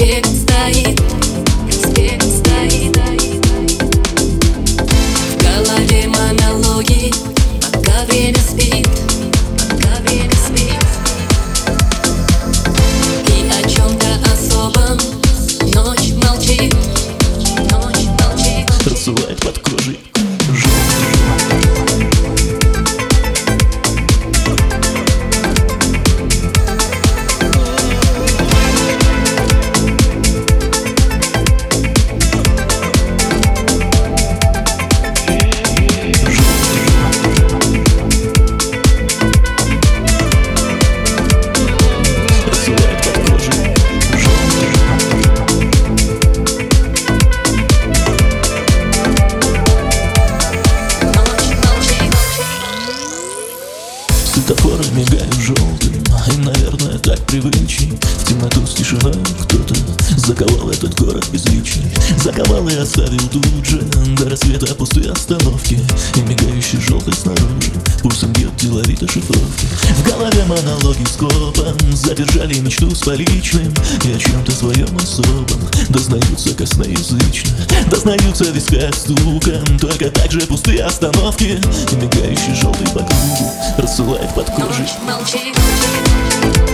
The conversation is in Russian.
Проспект стоит, проспект стоит. В голове монологи, пока время спит, пока время спит. И о чем-то особом ночь молчит, ночь молчит. Рассылает под кожей светофоры мигают желтым, им, наверное, так привычней. В темноту с тишиной кто-то заковал этот город безличный. Заковал и оставил тут же до рассвета пустые остановки и мигающий желтый снаружи пульсом бьет деловито шифровки. В голове монологи скопом задержали мечту с поличным и о чем-то своем особом дознаются косноязычно. Дознаются в висках стуком, только так же пустые остановки и мигающий желтый по кругу рассылает под кожей. Ночь молчит.